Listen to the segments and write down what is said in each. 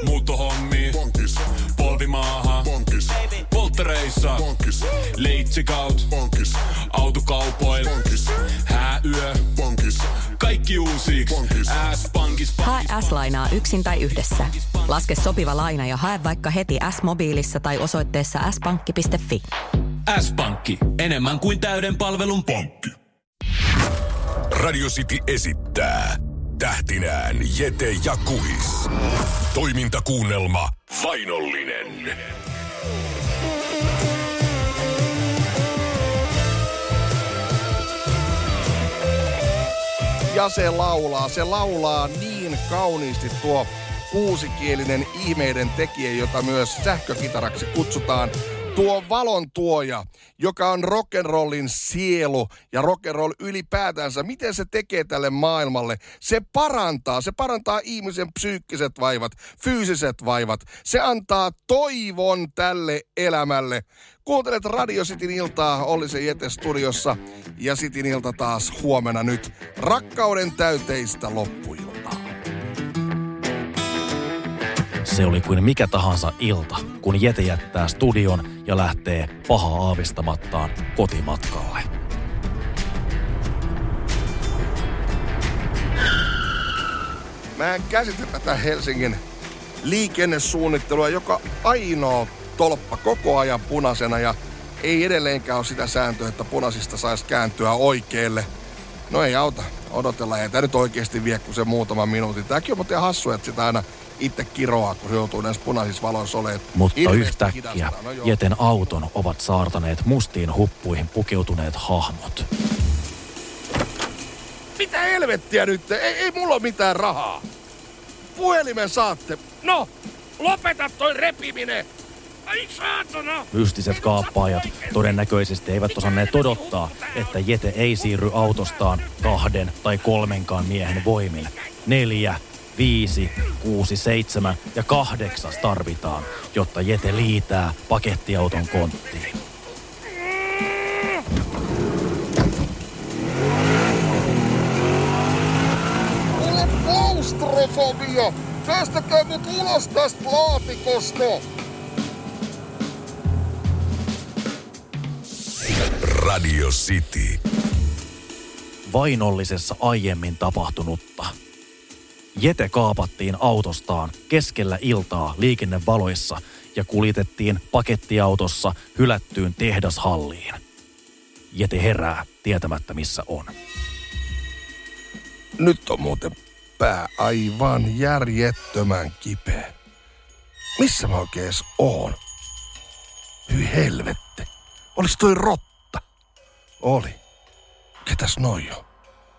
Muuttohommi. Bonkis. Polvimaaha. Bonkis. Polttereissa. Bonkis. Leitsikaut. Bonkis. Autokaupoil. Bonkis. Hääyö. Bonkis. Kaikki uusiiksi. S-pankis. Hae S-lainaa yksin tai yhdessä. Laske sopiva laina ja hae vaikka heti S-mobiilissa tai osoitteessa s-pankki.fi. S-pankki. Enemmän kuin täyden palvelun pankki. Radio City esittää tähtinään Jete ja Kuhis. Toimintakuunnelma Vainollinen. Ja se laulaa niin kauniisti tuo kuusikielinen ihmeiden tekijä, jota myös sähkökitaraksi kutsutaan. Tuo valon tuoja, joka on rock'n'rollin sielu ja rock'n'roll ylipäätänsä. Miten se tekee tälle maailmalle? Se parantaa ihmisen psyykkiset vaivat, fyysiset vaivat. Se antaa toivon tälle elämälle. Kuuntelet Radio Cityn iltaa, Olli se Jete studiossa ja Cityn ilta taas huomenna nyt. Rakkauden täyteistä loppuiltaa. Se oli kuin mikä tahansa ilta, kun Jete jättää studion ja lähtee pahaa aavistamattaan kotimatkalle. Mä en käsitä tätä Helsingin liikennesuunnittelua, joka ainoa tolppa koko ajan punaisena ja ei edelleenkään ole sitä sääntöä, että punaisista saisi kääntyä oikealle. No ei auta, odotella. Ei tämä nyt oikeasti vie kuin se muutama minuutin. Tämäkin on muuten hassua, että sitä aina itse kiroaa, kun se joutuu näissä punaisissa valoissa olemaan. Mutta yhtäkkiä Jeten auton ovat saartaneet mustiin huppuihin pukeutuneet hahmot. Mitä helvettiä nyt? Ei mulla ole mitään rahaa. Puhelimen saatte. No, lopeta toi repiminen. Ai saatana! Mystiset kaappaajat todennäköisesti eivät osanneet odottaa, että Jete ei siirry autostaan 2 tai 3 miehen voimin. 4, 5, 6, 7 ja 8 tarvitaan, jotta Jete liitää pakettiauton konttiin. Mulla on klaustrofobia! Päästäkää mut ulos tästä laatikosta! Radio City. Vainollisessa aiemmin tapahtunutta. Jete kaapattiin autostaan keskellä iltaa liikennevaloissa ja kuljetettiin pakettiautossa hylättyyn tehdashalliin. Jete herää tietämättä missä on. Nyt on muuten pää aivan järjettömän kipeä. Missä mä oikein edes oon? Hyi helvetti. Olis toi rotta? Oli. Ketäs noi on?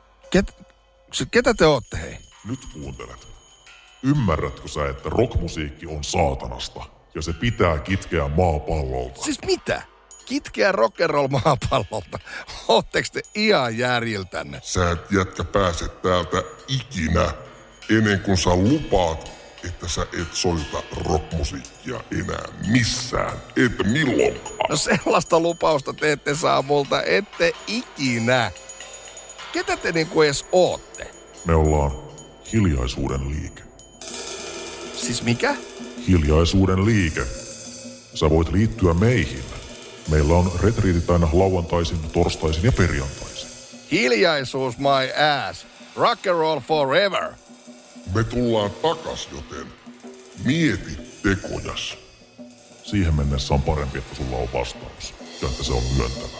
Ketä te ootte, hei? Nyt kuuntelet. Ymmärrätkö sä, että rockmusiikki on saatanasta ja se pitää kitkeä maapallolta? Siis mitä? Kitkeä rock'n'roll maapallolta? Ootteko te ihan järjiltänne? Sä et jätkä pääse täältä ikinä ennen kuin sä lupaat, että sä et soita rockmusiikkia enää missään, et milloinkaan. No sellaista lupausta te ette saa multa, ette ikinä. Ketä te niinku edes ootte? Me ollaan Hiljaisuuden liike. Siis mikä? Hiljaisuuden liike. Sä voit liittyä meihin. Meillä on retriitit aina lauantaisin, torstaisin ja perjantaisin. Hiljaisuus my ass. Rock and roll forever. Me tullaan takas, joten mieti tekojas. Siihen mennessä on parempi, että sulla on vastaus ja että se on myöntävä.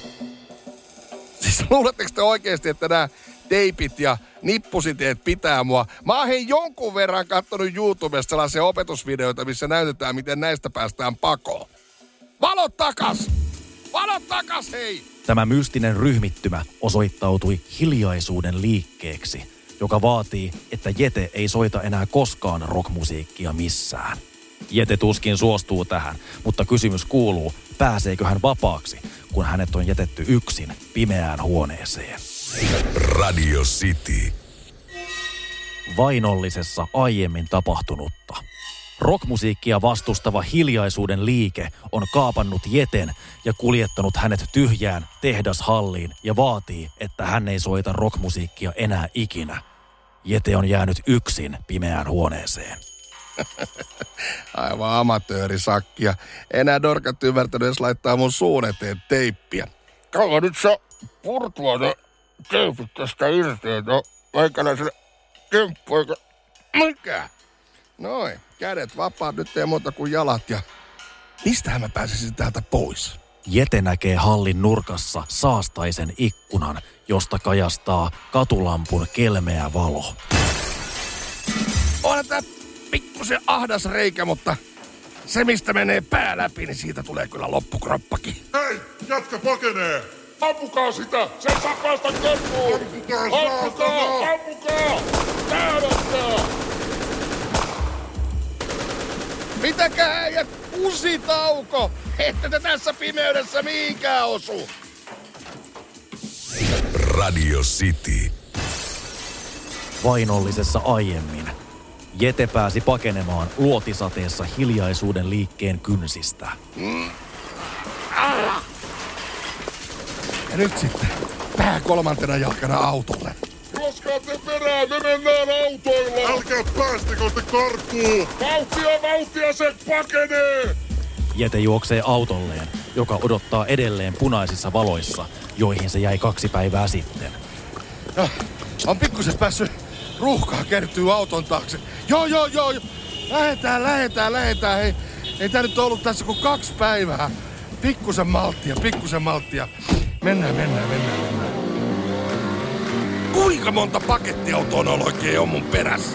Siis luuletteko te oikeasti, että nämä teipit ja nippusiteet pitää mua? Mä oon hei jonkun verran kattonut YouTubesta sellaisia opetusvideoita, missä näytetään, miten näistä päästään pakoon. Valot takas! Valot takas, hei! Tämä mystinen ryhmittymä osoittautui Hiljaisuuden liikkeeksi, joka vaatii, että Jete ei soita enää koskaan rockmusiikkia missään. Jete tuskin suostuu tähän, mutta kysymys kuuluu, pääseekö hän vapaaksi, kun hänet on jätetty yksin pimeään huoneeseen. Radio City. Vainollisessa aiemmin tapahtunutta. Rockmusiikkia vastustava Hiljaisuuden liike on kaapannut Jeten ja kuljettanut hänet tyhjään tehdashalliin ja vaatii, että hän ei soita rockmusiikkia enää ikinä. Jete on jäänyt yksin pimeään huoneeseen. Aivan amatöörisakkia. Enää dorkat ymmärtänyt edes laittaa mun suun eteen teippiä. Kauan nyt saa purtua ne teipit tästä irti, että on meikäläiselle kemppu eikä mikä. Noin, kädet vapaat, nyt ei muuta kuin jalat ja mistähän mä pääsisin täältä pois? Jete näkee hallin nurkassa saastaisen ikkunan, josta kajastaa katulampun kelmeä valo. Onhan tää pikkusen ahdas reikä, mutta se mistä menee pää läpi, niin siitä tulee kyllä loppukroppakin. Hei, jätkä pakenee! Ampukaa sitä! Se saa päästä kempuun! Ampukaa! Tähdättää! Mitäkään äijät, usitauko! Ette te tässä pimeydessä mihinkään osu! Radio City. Vainollisessa aiemmin Jete pääsi pakenemaan luotisateessa hiljaisuuden liikkeen kynsistä. Ja nyt sitten pää kolmantena jalkana autolle. Juoskaatte perään, me mennään autoilla! Älkää päästekö te karkuun! Vauhtia, se pakenee! Jete juoksee autolleen, joka odottaa edelleen punaisissa valoissa, joihin se jäi 2 päivää sitten. No, on pikkusen päässyt ruuhkaa kertyy auton taakse. Joo. Lähetään. Hei, ei tää nyt ollut tässä kuin 2 päivää. Pikkusen malttia. Mennään. Kuinka monta pakettiautoa on oikein on mun perässä?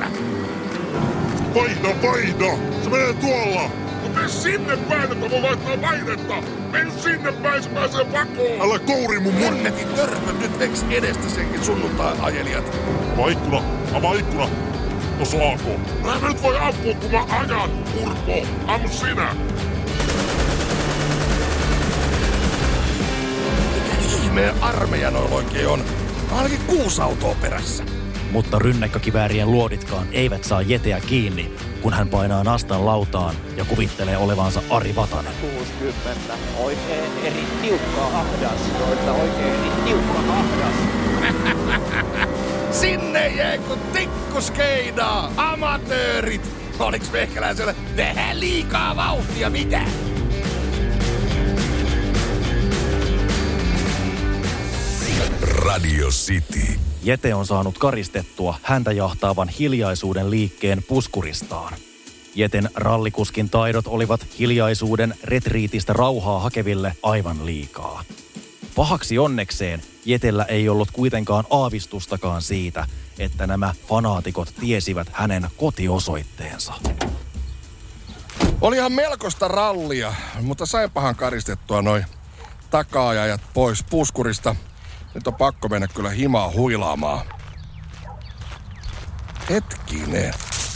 Vaihda! Se menee tuolla! No mene sinne päin, että voi vaihtaa vaihdetta! Mene sinne päin, se pääsee pakoon! Älä kouri mun Monnetin törpöt nyt veks edestä senkin sunnuntai-ajelijat. Avaa ikkuna! No saako? Mä nyt voi ampua, kun mä ajan, Urpo! Ammu sinä! Mikä ihmeen armeija noilla oikein on? Ainakin 6 autoa perässä. Mutta rynnäkkökiväärien luoditkaan eivät saa Jeteä kiinni, kun hän painaa nastan lautaan ja kuvittelee olevansa Ari Vatanen. 60. Oikein eri tiukka ahdas. Sinne jäi kun tikkuskeinaa, amatöörit. Oliks meikäläiselle vähän liikaa vauhtia, mitä? Radio City. Jete on saanut karistettua häntä jahtaavan hiljaisuuden liikkeen puskuristaan. Jeten rallikuskin taidot olivat hiljaisuuden retriitistä rauhaa hakeville aivan liikaa. Pahaksi onnekseen Jetellä ei ollut kuitenkaan aavistustakaan siitä, että nämä fanaatikot tiesivät hänen kotiosoitteensa. Olihan melkoista rallia, mutta sainpahan karistettua noi taka-ajajat pois puskurista. Nyt on pakko mennä kyllä himaa huilaamaan. Hetkinen.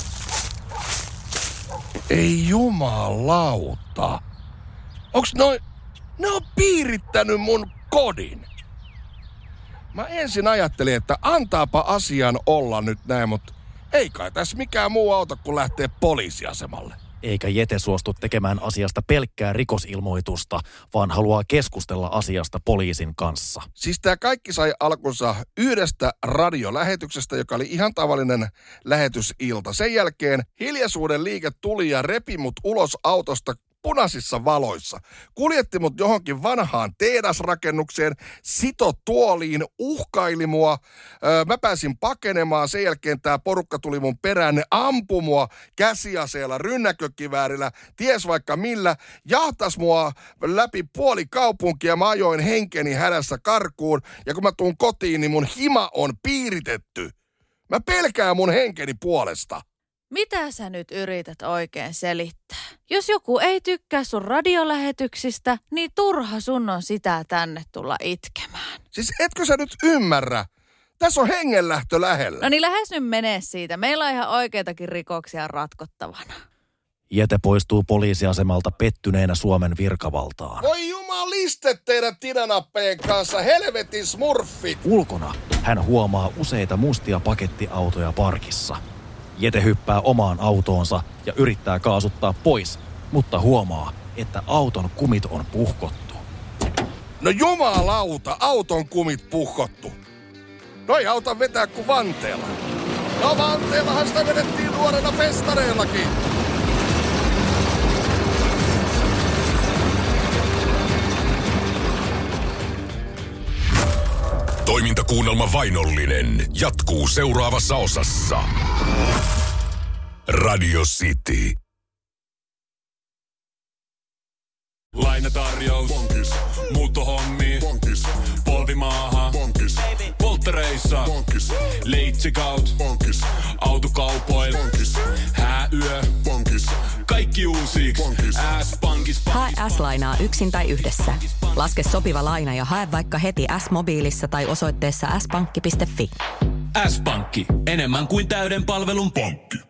Ei jumalauta. Onks ne on piirittänyt mun kodin? Mä ensin ajattelin, että antaapa asian olla nyt näin, mutta ei kai tässä mikään muu auta, kun lähtee poliisiasemalle. Eikä Jete suostu tekemään asiasta pelkkää rikosilmoitusta, vaan haluaa keskustella asiasta poliisin kanssa. Siis tää kaikki sai alkunsa yhdestä radiolähetyksestä, joka oli ihan tavallinen lähetysilta. Sen jälkeen hiljaisuuden liike tuli ja repi mut ulos autosta punaisissa valoissa. Kuljetti mut johonkin vanhaan tehdasrakennukseen, sito tuoliin, uhkaili mua. Mä pääsin pakenemaan, sen jälkeen tää porukka tuli mun perään, ne ampui mua käsiaseella, rynnäkkökiväärillä, ties vaikka millä, jahtas mua läpi puoli kaupunkia, mä ajoin henkeni hädässä karkuun, ja kun mä tuun kotiin, niin mun hima on piiritetty. Mä pelkään mun henkeni puolesta. Mitä sä nyt yrität oikein selittää? Jos joku ei tykkää sun radiolähetyksistä, niin turha sun on sitä tänne tulla itkemään. Siis etkö sä nyt ymmärrä? Tässä on hengenlähtö lähellä. No niin lähes nyt menee siitä. Meillä on ihan oikeitakin rikoksia ratkottavana. Jete poistuu poliisiasemalta pettyneenä Suomen virkavaltaan. Voi jumaliste teidän tinanappeen kanssa, helvetin smurfit! Ulkona hän huomaa useita mustia pakettiautoja parkissa. Jete hyppää omaan autoonsa ja yrittää kaasuttaa pois, mutta huomaa, että auton kumit on puhkottu. No jumalauta, auton kumit puhkottu. Noi auta vetää kuin vanteella. No Vanteellahan sitä vedettiin nuorena festareillakin. Toimintakuunnelma Vainollinen jatkuu seuraavassa osassa. Radio City. Lainatarjous. Bonkis. Muuttohommi. Bonkis. Polvimaaha. Bonkis. Polttereissa. Bonkis. Leitsikaut. Bonkis. Autokaupoil. Bonkis. Hääyö. Bonkis. Kaikki uusiiksi. S-pankis. Hae S-lainaa yksin tai yhdessä. Laske sopiva laina ja hae vaikka heti S-mobiilissa tai osoitteessa s-pankki.fi. S-pankki. Enemmän kuin täyden palvelun pankki.